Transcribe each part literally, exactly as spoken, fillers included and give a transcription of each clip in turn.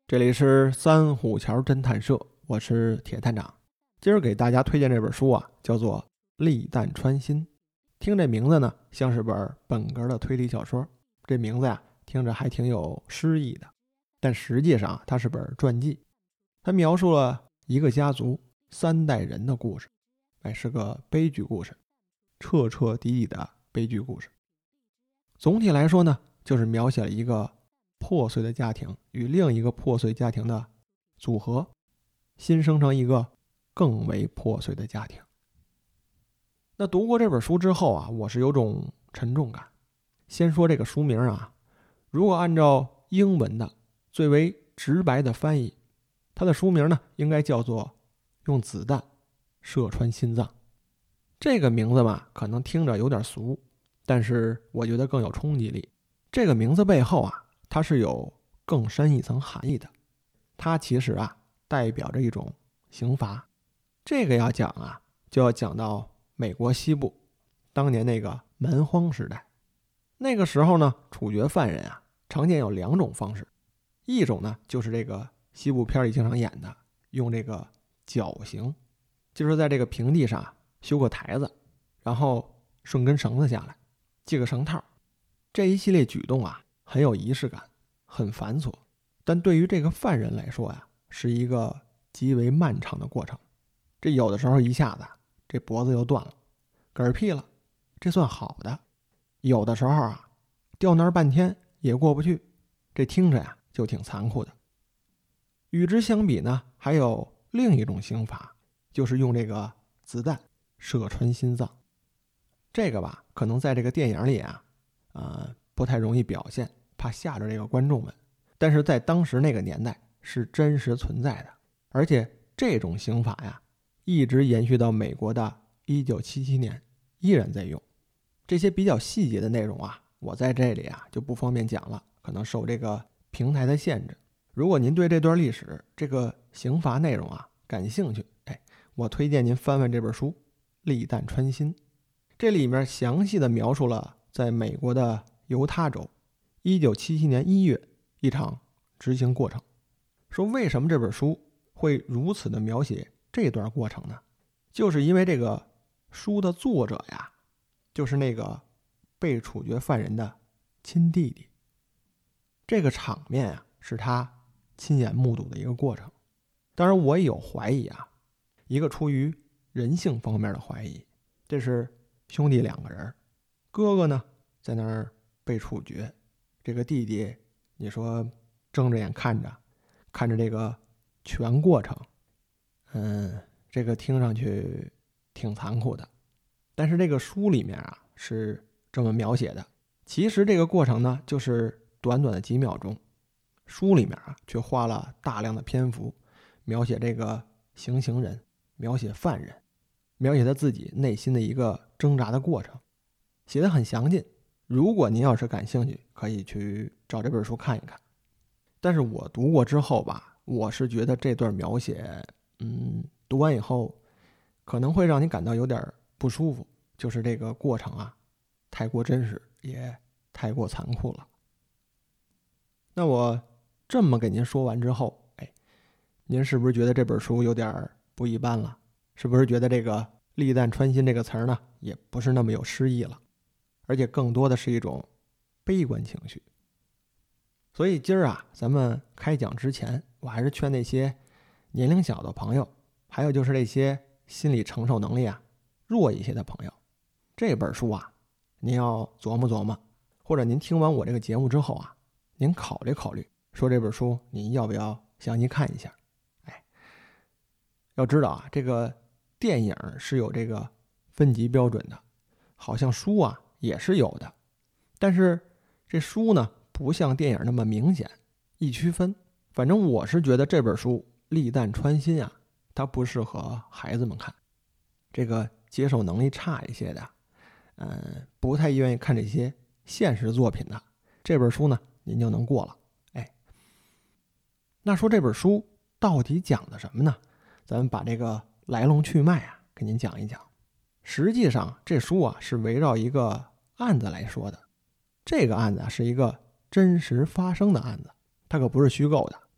这里是三虎桥侦探社，我是铁探长。今儿给大家推荐这本书啊，叫做《利弹穿心》。听这名字呢，像是本本格的推理小说。这名字呀、啊，听着还挺有诗意的，但实际上它是本传记。它描述了一个家族三代人的故事，哎，是个悲剧故事，彻彻底底的悲剧故事。总体来说呢，就是描写了一个破碎的家庭与另一个破碎家庭的组合，新生成一个更为破碎的家庭。那读过这本书之后啊，我是有种沉重感。先说这个书名啊，如果按照英文的最为直白的翻译，它的书名呢应该叫做用子弹射穿心脏。这个名字嘛，可能听着有点俗，但是我觉得更有冲击力。这个名字背后啊，它是有更深一层含义的。它其实啊，代表着一种刑罚。这个要讲啊，就要讲到美国西部当年那个蛮荒时代。那个时候呢，处决犯人啊，常见有两种方式。一种呢，就是这个西部片里经常演的，用这个绞刑，就是在这个平地上修个台子，然后顺根绳子下来，系个绳套。这一系列举动啊，很有仪式感，很繁琐，但对于这个犯人来说呀，是一个极为漫长的过程。这有的时候一下子这脖子就断了，嗝屁了，这算好的。有的时候啊，掉那儿半天也过不去，这听着呀就挺残酷的。与之相比呢，还有另一种刑罚，就是用这个子弹射穿心脏。这个吧，可能在这个电影里啊，呃，不太容易表现，怕吓着这个观众们。但是在当时那个年代是真实存在的，而且这种刑法呀，一直延续到美国的一九七七年，依然在用。这些比较细节的内容啊，我在这里啊就不方便讲了，可能受这个平台的限制。如果您对这段历史、这个刑罚内容啊感兴趣，哎，我推荐您翻翻这本书《利弹穿心》。这里面详细的描述了在美国的犹他州一九七七年一月一场执行过程。说为什么这本书会如此的描写这段过程呢？就是因为这个书的作者呀，就是那个被处决犯人的亲弟弟。这个场面啊，是他亲眼目睹的一个过程。当然我也有怀疑啊，一个出于人性方面的怀疑。这是兄弟两个人，哥哥呢在那儿被处决，这个弟弟你说睁着眼看着看着这个全过程，嗯，这个听上去挺残酷的。但是这个书里面啊是这么描写的，其实这个过程呢就是短短的几秒钟，书里面啊却花了大量的篇幅描写这个行刑人，描写犯人，描写他自己内心的一个挣扎的过程，写得很详尽。如果您要是感兴趣，可以去找这本书看一看。但是我读过之后吧，我是觉得这段描写，嗯，读完以后可能会让你感到有点不舒服，就是这个过程啊，太过真实，也太过残酷了。那我这么给您说完之后，哎，您是不是觉得这本书有点不一般了？是不是觉得这个利弹穿心这个词儿呢，也不是那么有诗意了，而且更多的是一种悲观情绪？所以今儿啊，咱们开讲之前，我还是劝那些年龄小的朋友，还有就是那些心理承受能力啊弱一些的朋友，这本书啊，您要琢磨琢磨，或者您听完我这个节目之后啊，您考虑考虑，说这本书您要不要详细看一下？哎，要知道啊，这个电影是有这个分级标准的，好像书啊也是有的，但是这书呢，不像电影那么明显一区分。反正我是觉得这本书利弹穿心啊，它不适合孩子们看，这个接受能力差一些的，嗯，不太愿意看这些现实作品的，这本书呢您就能过了。哎，那说这本书到底讲的什么呢？咱们把这个来龙去脉啊给您讲一讲。实际上这书啊是围绕一个案子来说的，这个案子啊是一个真实发生的案子，它可不是虚构的。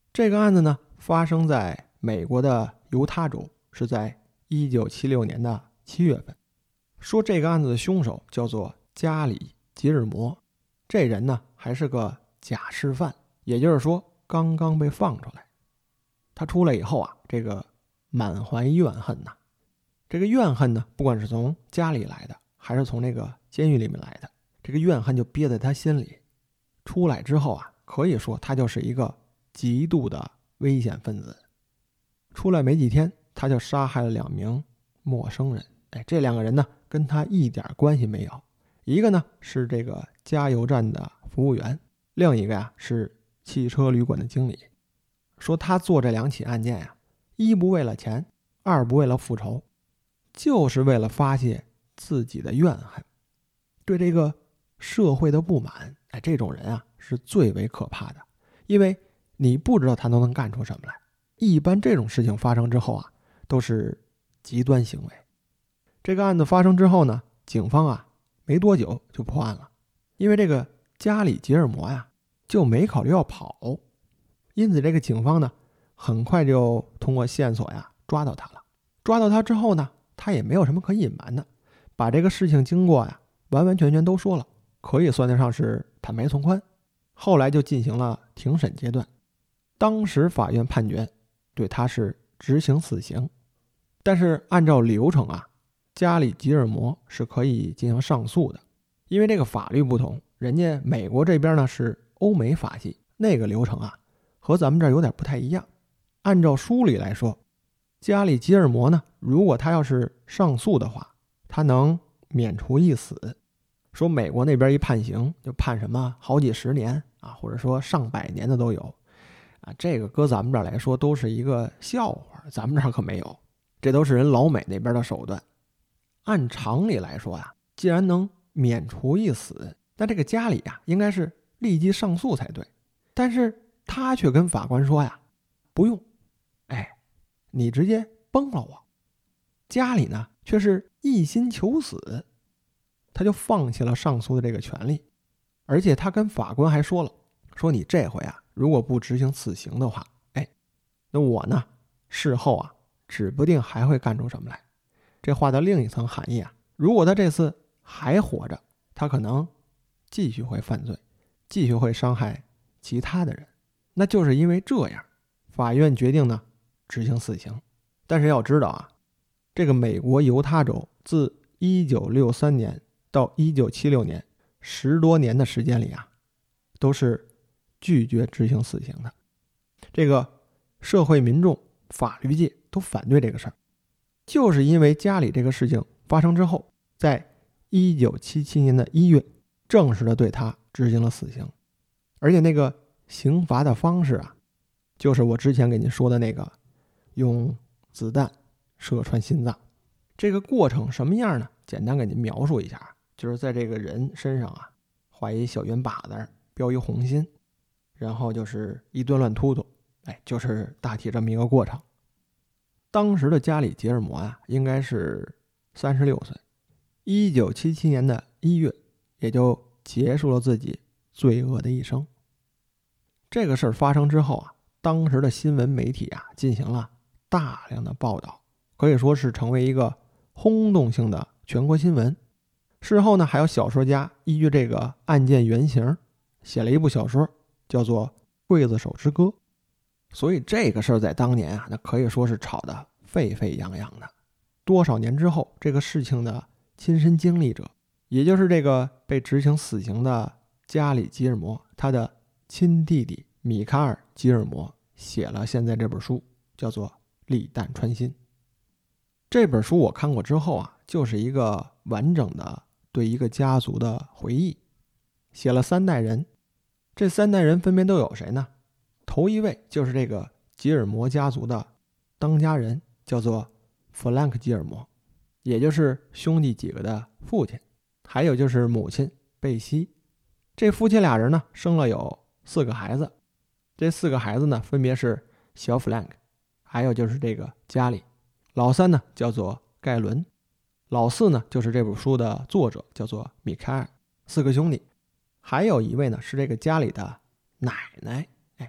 这个案子呢，发生在美国的犹他州，是在一九七六年的七月份。说这个案子的凶手叫做加里吉尔摩，这人呢还是个假释犯，也就是说刚刚被放出来。他出来以后啊，这个满怀怨恨呐。这个怨恨呢，不管是从家里来的，还是从那个监狱里面来的，这个怨恨就憋在他心里。出来之后啊，可以说他就是一个极度的危险分子。出来没几天，他就杀害了两名陌生人。哎，这两个人呢，跟他一点关系没有。一个呢是这个加油站的服务员，另一个呀是汽车旅馆的经理。说他做这两起案件呀，一不为了钱，二不为了复仇，就是为了发泄自己的怨恨，对这个社会的不满。哎，这种人啊是最为可怕的，因为你不知道他都能干出什么来。一般这种事情发生之后啊，都是极端行为。这个案子发生之后呢，警方啊没多久就破案了，因为这个加里吉尔摩呀就没考虑要跑，因此这个警方呢很快就通过线索呀抓到他了。抓到他之后呢，他也没有什么可隐瞒的，把这个事情经过呀完完全全都说了，可以算得上是坦白从宽。后来就进行了庭审阶段，当时法院判决对他是执行死刑，但是按照流程啊，加里吉尔摩是可以进行上诉的。因为这个法律不同，人家美国这边呢是欧美法系，那个流程啊和咱们这儿有点不太一样。按照书里来说，加里吉尔摩呢，如果他要是上诉的话，他能免除一死。说美国那边一判刑就判什么好几十年啊，或者说上百年的都有啊，这个搁咱们这儿来说都是一个笑话，咱们这儿可没有，这都是人老美那边的手段。按常理来说呀，既然能免除一死，那这个加里呀应该是立即上诉才对，但是他却跟法官说呀，不用，哎，你直接崩了我。加里呢却是一心求死，他就放弃了上诉的这个权利。而且他跟法官还说了，说你这回啊如果不执行死刑的话，哎，那我呢事后啊指不定还会干出什么来。这话的另一层含义啊，如果他这次还活着，他可能继续会犯罪，继续会伤害其他的人。那就是因为这样，法院决定呢执行死刑。但是要知道啊，这个美国犹他州自一九六三年到一九七六年十多年的时间里啊，都是拒绝执行死刑的。这个社会民众、法律界都反对这个事儿，就是因为加里这个事情发生之后，在一九七七年的一月正式的对他执行了死刑。而且那个刑罚的方式啊，就是我之前给您说的那个用子弹射穿心脏。这个过程什么样呢？简单给您描述一下，就是在这个人身上啊画一小圆靶子，标一红心，然后就是一顿乱突突，哎，就是大体这么一个过程。当时的加里吉尔摩啊应该是三十六岁，一九七七年的一月也就结束了自己罪恶的一生。这个事儿发生之后啊，当时的新闻媒体啊进行了大量的报道，可以说是成为一个轰动性的全国新闻。事后呢，还有小说家依据这个案件原型写了一部小说，叫做《刽子手之歌》。所以这个事儿在当年啊，那可以说是炒得沸沸扬扬的。多少年之后，这个事情的亲身经历者，也就是这个被执行死刑的加里吉尔摩，他的亲弟弟米卡尔吉尔摩写了现在这本书，叫做《利弹穿心》。这本书我看过之后啊，就是一个完整的对一个家族的回忆，写了三代人。这三代人分别都有谁呢？头一位就是这个吉尔摩家族的当家人，叫做弗兰克吉尔摩，也就是兄弟几个的父亲，还有就是母亲贝西。这夫妻俩人呢生了有四个孩子，这四个孩子呢分别是小弗兰克，还有就是这个加里，老三呢叫做盖伦，老四呢就是这本书的作者，叫做米开尔。四个兄弟，还有一位呢是这个家里的奶奶。哎，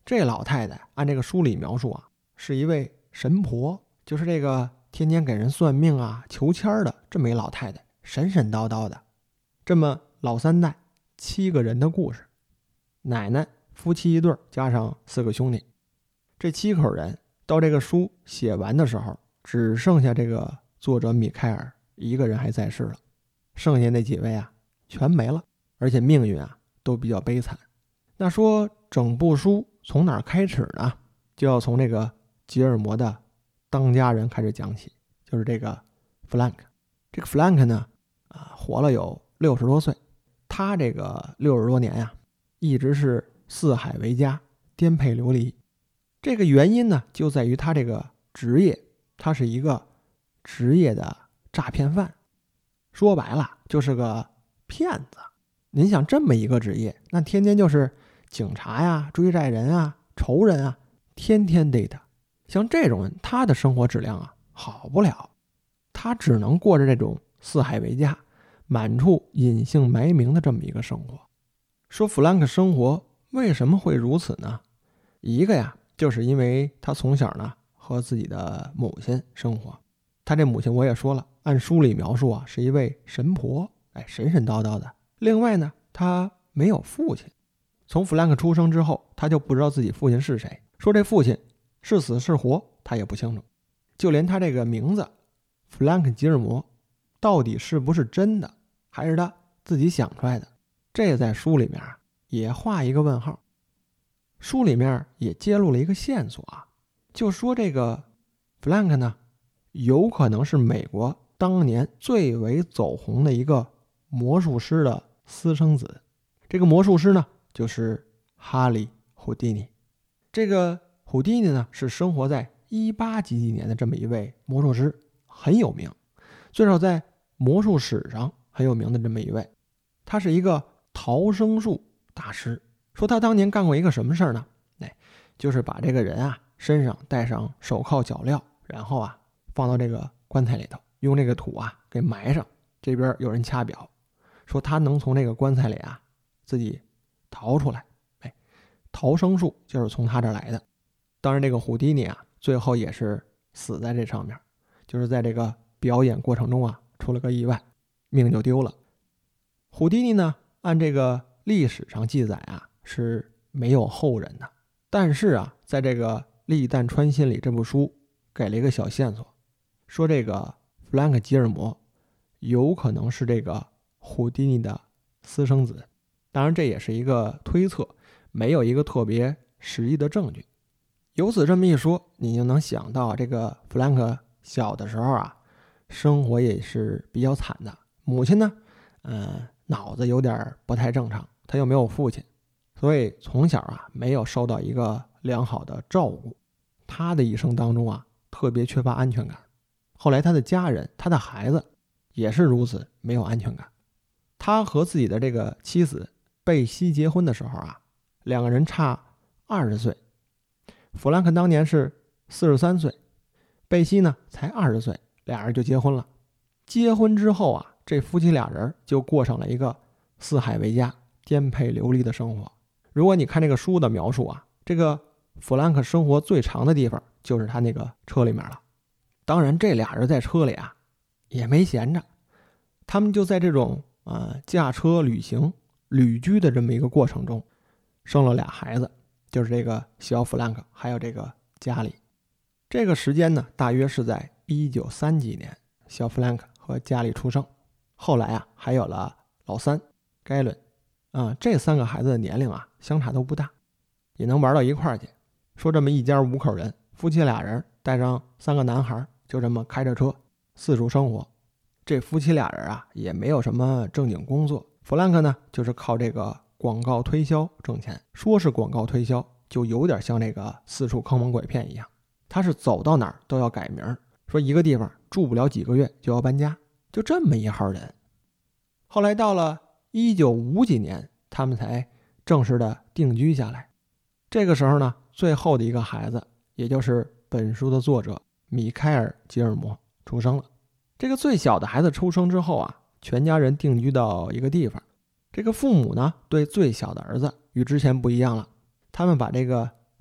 这老太太按这个书里描述啊，是一位神婆，就是这个天天给人算命啊、求签的这么一老太太，神神叨叨的。这么老三代七个人的故事，奶奶夫妻一对加上四个兄弟，这七口人到这个书写完的时候，只剩下这个作者米开尔一个人还在世了，剩下那几位啊全没了，而且命运啊都比较悲惨。那说整部书从哪儿开始呢？就要从这个吉尔摩的当家人开始讲起，就是这个弗兰克。这个弗兰克呢啊活了有六十多岁，他这个六十多年呀、啊，一直是四海为家，颠沛流离。这个原因呢就在于他这个职业，他是一个职业的诈骗犯，说白了就是个骗子。您想这么一个职业，那天天就是警察呀、追债人啊、仇人啊，天天逮他。像这种人，他的生活质量啊好不了，他只能过着这种四海为家、满处隐姓埋名的这么一个生活。说弗兰克生活为什么会如此呢？一个呀，就是因为他从小呢和自己的母亲生活。他这母亲我也说了，按书里描述啊，是一位神婆，哎，神神叨叨的。另外呢，他没有父亲。从弗兰克出生之后，他就不知道自己父亲是谁，说这父亲是死是活他也不清楚，就连他这个名字弗兰克吉尔摩到底是不是真的，还是他自己想出来的，这在书里面也画一个问号。书里面也揭露了一个线索啊，就说这个弗兰克呢有可能是美国当年最为走红的一个魔术师的私生子。这个魔术师呢就是哈利·胡迪尼。这个胡迪尼呢是生活在一八几几年的这么一位魔术师，很有名，最少在魔术史上很有名的这么一位。他是一个逃生术大师。说他当年干过一个什么事儿呢？哎，就是把这个人啊身上戴上手铐脚镣，然后啊放到这个棺材里头，用这个土啊给埋上。这边有人掐表，说他能从这个棺材里啊自己逃出来。哎，逃生术就是从他这儿来的。当然这个胡迪尼啊最后也是死在这上面，就是在这个表演过程中啊出了个意外，命就丢了。胡迪尼呢按这个历史上记载啊是没有后人的，但是啊在这个《利旦穿心》里这部书给了一个小线索，说这个弗兰克吉尔摩有可能是这个胡迪尼的私生子。当然这也是一个推测，没有一个特别实际的证据。由此这么一说，你就能想到这个弗兰克小的时候啊生活也是比较惨的。母亲呢呃脑子有点不太正常，他又没有父亲，所以从小啊没有受到一个良好的照顾。他的一生当中啊特别缺乏安全感。后来他的家人，他的孩子也是如此，没有安全感。他和自己的这个妻子贝西结婚的时候啊，两个人差二十岁。弗兰克当年是四十三岁，贝西呢才二十岁，俩人就结婚了。结婚之后啊，这夫妻俩人就过上了一个四海为家、颠沛流离的生活。如果你看这个书的描述啊，这个弗兰克生活最长的地方就是他那个车里面了。当然这俩人在车里啊也没闲着，他们就在这种呃驾车旅行旅居的这么一个过程中生了俩孩子，就是这个小弗兰克还有这个加里。这个时间呢大约是在一九三几年，小弗兰克和加里出生。后来啊还有了老三盖伦啊，这三个孩子的年龄啊相差都不大，也能玩到一块儿去。说这么一家五口人，夫妻俩人带上三个男孩，就这么开着车四处生活。这夫妻俩人啊也没有什么正经工作，弗兰克呢就是靠这个广告推销挣钱。说是广告推销，就有点像这个四处坑蒙拐骗一样，他是走到哪儿都要改名，说一个地方住不了几个月就要搬家，就这么一号人。后来到了一九五几年，他们才正式的定居下来。这个时候呢，最后的一个孩子，也就是本书的作者米开尔·吉尔摩出生了。这个最小的孩子出生之后啊，全家人定居到一个地方。这个父母呢，对最小的儿子与之前不一样了，他们把这个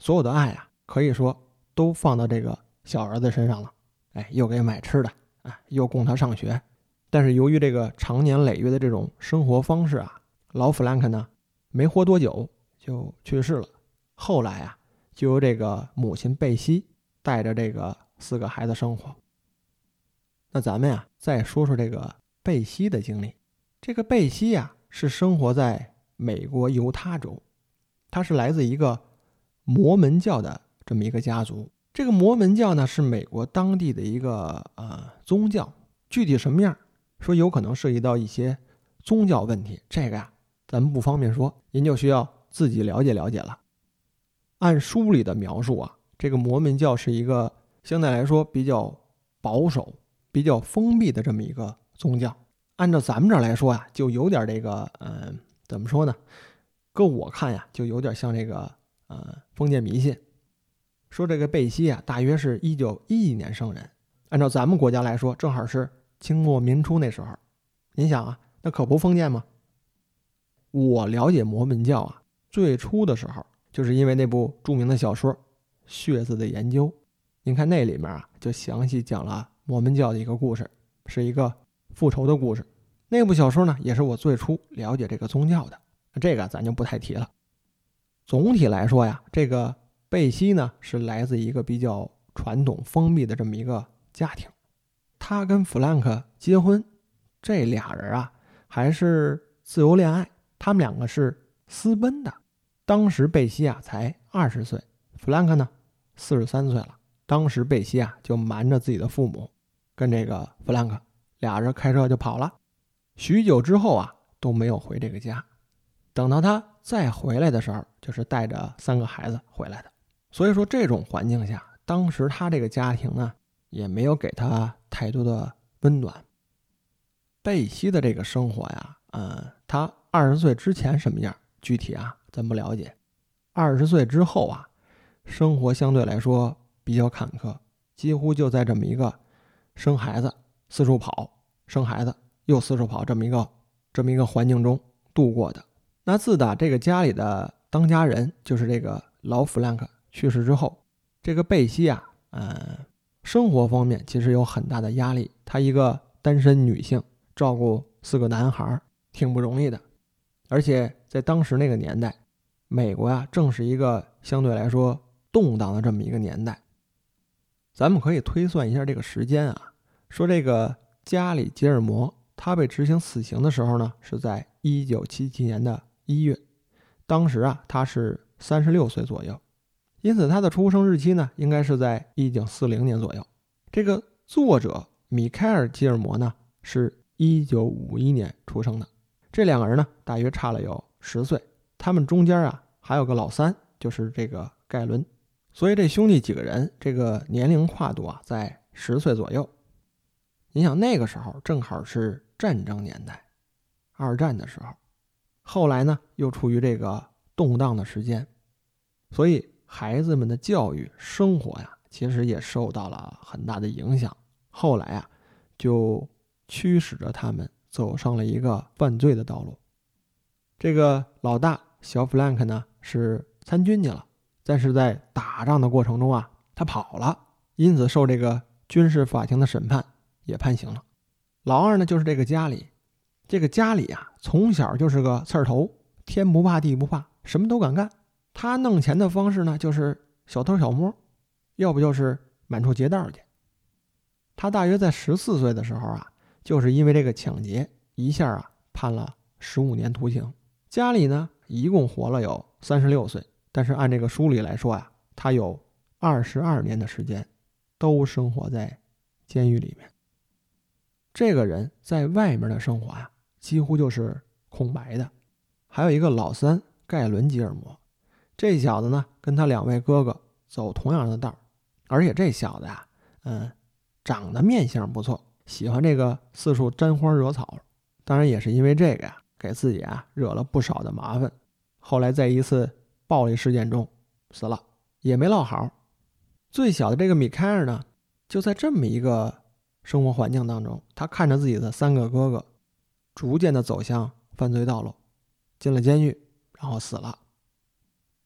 所有的爱啊，可以说都放到这个小儿子身上了。哎，又给买吃的，哎，又供他上学。但是由于这个长年累月的这种生活方式啊，老弗兰克呢没活多久就去世了。后来啊，就由这个母亲贝西带着这个四个孩子生活。那咱们呀，再说说这个贝西的经历。这个贝西呀，是生活在美国犹他州，他是来自一个摩门教的这么一个家族。这个摩门教呢，是美国当地的一个呃宗教，具体什么样，说有可能涉及到一些宗教问题，这个呀，咱们不方便说，您就需要自己了解了解了。按书里的描述啊，这个摩门教是一个相对来说比较保守、比较封闭的这么一个宗教。按照咱们这儿来说呀，就有点这个，嗯、呃，怎么说呢？搁我看呀，就有点像这个，呃，封建迷信。说这个贝西啊，大约是一九一一年生人，按照咱们国家来说，正好是清末民初那时候。您想啊，那可不封建吗？我了解摩门教啊，最初的时候就是因为那部著名的小说《血字的研究》。您看那里面啊，就详细讲了摩门教的一个故事，是一个复仇的故事。那部小说呢，也是我最初了解这个宗教的。这个咱就不太提了。总体来说呀，这个贝西呢是来自一个比较传统封闭的这么一个家庭。他跟弗兰克结婚，这俩人啊还是自由恋爱，他们两个是私奔的。当时贝西啊才二十岁，弗兰克呢四十三岁了。当时贝西啊就瞒着自己的父母，跟这个弗兰克俩人开车就跑了。许久之后啊都没有回这个家。等到他再回来的时候，就是带着三个孩子回来的。所以说这种环境下，当时他这个家庭呢也没有给他太多的温暖。贝西的这个生活呀，呃，他二十岁之前什么样，具体啊咱不了解。二十岁之后啊，生活相对来说比较坎坷，几乎就在这么一个生孩子四处跑，生孩子又四处跑这么一个这么一个环境中度过的。那自打这个家里的当家人，就是这个老弗兰克去世之后，这个贝西啊，呃，生活方面其实有很大的压力。她一个单身女性，照顾四个男孩，挺不容易的。而且在当时那个年代，美国啊，正是一个相对来说动荡的这么一个年代。咱们可以推算一下这个时间啊，说这个加里吉尔摩他被执行死刑的时候呢，是在一九七七年的一月，当时啊他是三十六岁左右，因此他的出生日期呢应该是在一九四零年左右。这个作者米开尔·吉尔摩呢是一九五一年出生的，这两个人呢大约差了有十岁，他们中间啊还有个老三，就是这个盖伦。所以这兄弟几个人这个年龄跨度啊在十岁左右。你想那个时候正好是战争年代，二战的时候，后来呢又处于这个动荡的时间，所以孩子们的教育生活呀其实也受到了很大的影响。后来啊就驱使着他们走上了一个犯罪的道路。这个老大小弗兰克呢是参军去了，但是在打仗的过程中啊他跑了，因此受这个军事法庭的审判，也判刑了。老二呢就是这个家里，这个家里啊从小就是个刺儿头，天不怕地不怕，什么都敢干。他弄钱的方式呢就是小偷小摸，要不就是满处劫道去。他大约在十四岁的时候啊，就是因为这个抢劫一下啊判了十五年徒刑。家里呢一共活了有三十六岁，但是按这个书里来说啊，他有二十二年的时间都生活在监狱里面。这个人在外面的生活啊几乎就是空白的。还有一个老三盖伦·吉尔摩，这小子呢跟他两位哥哥走同样的道，而且这小子啊嗯，长得面相不错，喜欢这个四处沾花惹草，当然也是因为这个呀给自己啊惹了不少的麻烦，后来在一次暴力事件中死了，也没落好。最小的这个米开尔呢，就在这么一个生活环境当中，他看着自己的三个哥哥逐渐的走向犯罪道路，进了监狱，然后死了。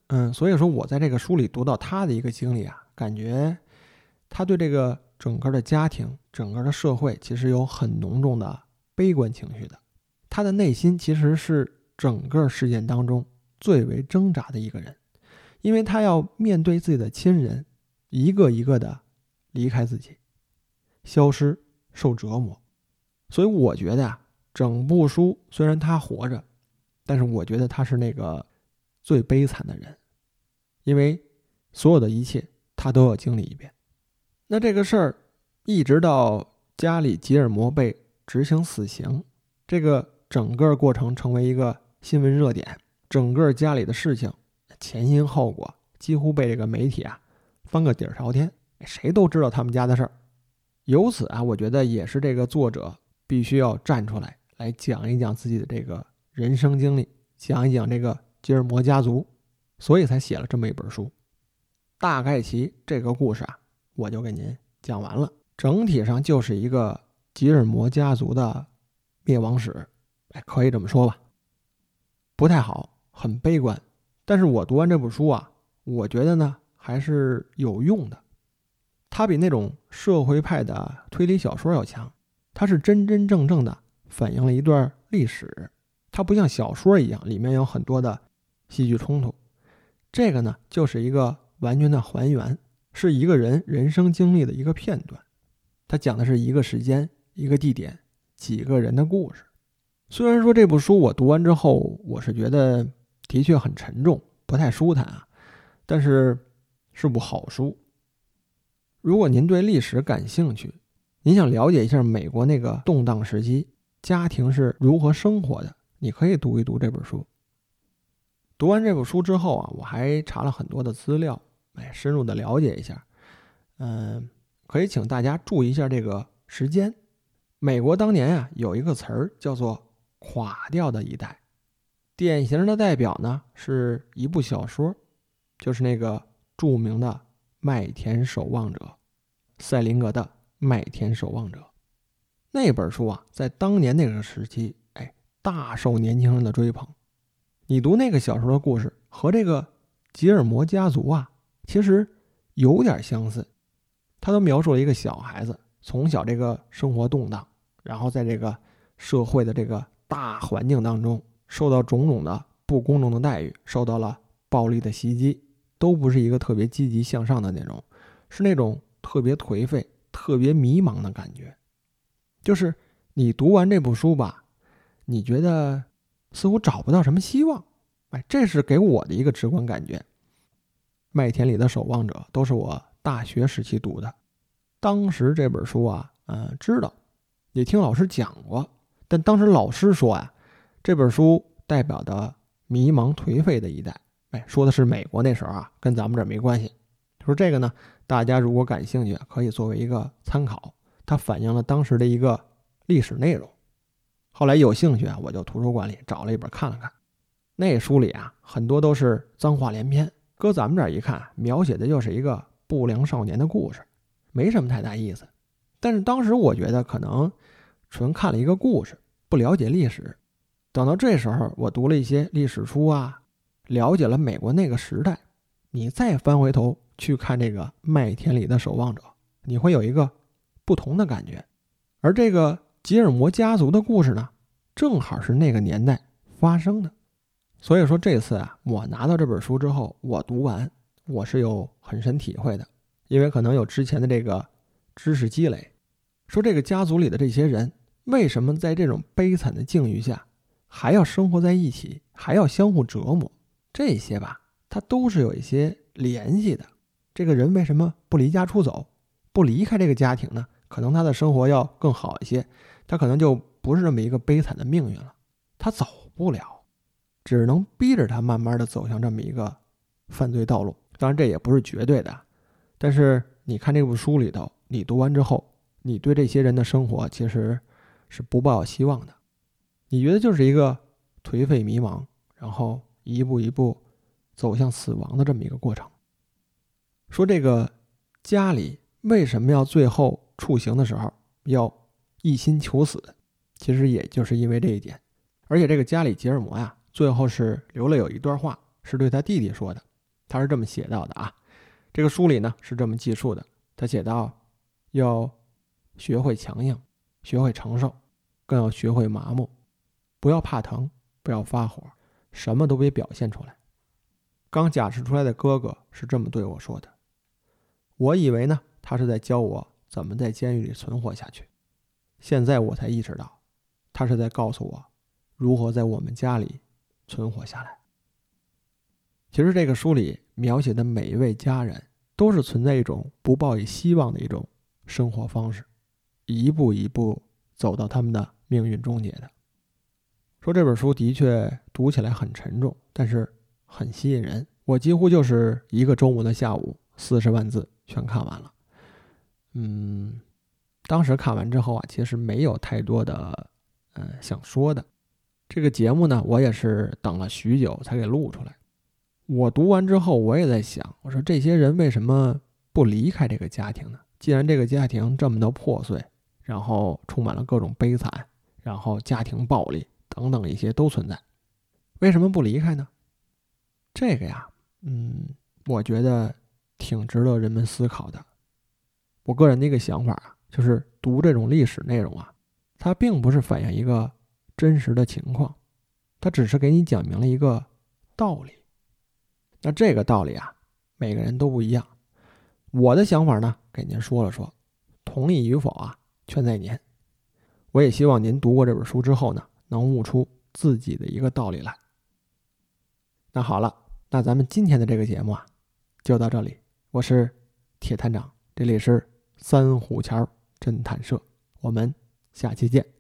嗯，所以说我在这个书里读到他的一个经历啊，感觉他对这个整个的家庭、整个的社会其实有很浓重的悲观情绪的。他的内心其实是整个事件当中最为挣扎的一个人，因为他要面对自己的亲人一个一个的离开自己，消失、受折磨。所以我觉得啊，整部书虽然他活着，但是我觉得他是那个最悲惨的人，因为所有的一切他都要经历一遍。那这个事儿一直到加里吉尔摩被执行死刑，这个整个过程成为一个新闻热点，整个家里的事情前因后果几乎被这个媒体啊翻个底儿朝天，谁都知道他们家的事儿。由此啊，我觉得也是这个作者必须要站出来来讲一讲自己的这个人生经历，讲一讲这个吉尔摩家族，所以才写了这么一本书。大概其这个故事啊，我就给您讲完了。整体上就是一个吉尔摩家族的灭亡史，哎，可以这么说吧。不太好，很悲观，但是我读完这部书啊，我觉得呢还是有用的。它比那种社会派的推理小说要强，它是真真正正的反映了一段历史，它不像小说一样里面有很多的戏剧冲突。这个呢就是一个完全的还原，是一个人人生经历的一个片段，它讲的是一个时间、一个地点、几个人的故事。虽然说这部书我读完之后，我是觉得的确很沉重，不太舒坦啊，但是是部好书。如果您对历史感兴趣，您想了解一下美国那个动荡时期家庭是如何生活的，你可以读一读这本书。读完这部书之后啊，我还查了很多的资料，哎，深入的了解一下。嗯，可以请大家注意一下这个时间。美国当年啊有一个词儿叫做垮掉的一代，典型的代表呢是一部小说，就是那个著名的麦田守望者，塞林格的麦田守望者。那本书啊在当年那个时期，哎，大受年轻人的追捧。你读那个小说的故事和这个吉尔摩家族啊其实有点相似，他都描述了一个小孩子从小这个生活动荡，然后在这个社会的这个大环境当中受到种种的不公正的待遇，受到了暴力的袭击，都不是一个特别积极向上的那种，是那种特别颓废、特别迷茫的感觉。就是你读完这部书吧，你觉得似乎找不到什么希望，哎，这是给我的一个直观感觉。麦田里的守望者都是我大学时期读的，当时这本书啊，嗯，知道，也听老师讲过，但当时老师说啊，这本书代表的迷茫颓废的一代，哎，说的是美国那时候啊，跟咱们这儿没关系。说这个呢，大家如果感兴趣，可以作为一个参考，它反映了当时的一个历史内容。后来有兴趣啊，我就图书馆里找了一本看了看，那书里啊，很多都是脏话连篇，搁咱们这儿一看，描写的就是一个不良少年的故事，没什么太大意思。但是当时我觉得可能纯看了一个故事，不了解历史。等到这时候我读了一些历史书啊，了解了美国那个时代，你再翻回头去看这个麦田里的守望者，你会有一个不同的感觉。而这个吉尔摩家族的故事呢，正好是那个年代发生的。所以说这次啊，我拿到这本书之后，我读完我是有很深体会的，因为可能有之前的这个知识积累。说这个家族里的这些人为什么在这种悲惨的境遇下还要生活在一起，还要相互折磨，这些吧它都是有一些联系的。这个人为什么不离家出走，不离开这个家庭呢？可能他的生活要更好一些，他可能就不是这么一个悲惨的命运了，他走不了，只能逼着他慢慢的走向这么一个犯罪道路。当然这也不是绝对的，但是你看这部书里头，你读完之后，你对这些人的生活其实是不抱有希望的，你觉得就是一个颓废迷茫，然后一步一步走向死亡的这么一个过程。说这个家里为什么要最后处刑的时候要一心求死，其实也就是因为这一点。而且这个加里吉尔摩呀，最后是留了有一段话是对他弟弟说的， 他是这么写到的啊。这个书里呢是这么记述的，他写到要学会强硬，学会承受，更要学会麻木，不要怕疼，不要发火，什么都别表现出来。刚假释出来的哥哥是这么对我说的，我以为呢他是在教我怎么在监狱里存活下去，现在我才意识到他是在告诉我如何在我们家里存活下来。其实这个书里描写的每一位家人都是存在一种不抱以希望的一种生活方式，一步一步走到他们的命运终结的。说这本书的确读起来很沉重，但是很吸引人，我几乎就是一个周末的下午四十万字全看完了。嗯，当时看完之后啊，其实没有太多的呃想说的。这个节目呢，我也是等了许久才给录出来。我读完之后，我也在想，我说这些人为什么不离开这个家庭呢？既然这个家庭这么的破碎，然后充满了各种悲惨，然后家庭暴力等等一些都存在，为什么不离开呢？这个呀，嗯，我觉得挺值得人们思考的。我个人的一个想法啊，就是读这种历史内容啊，它并不是反映一个真实的情况，它只是给你讲明了一个道理。那这个道理啊，每个人都不一样。我的想法呢，给您说了说，同意与否啊，全在您。我也希望您读过这本书之后呢，能悟出自己的一个道理来。那好了，那咱们今天的这个节目啊，就到这里。我是铁探长，这里是三虎桥侦探社，我们下期见。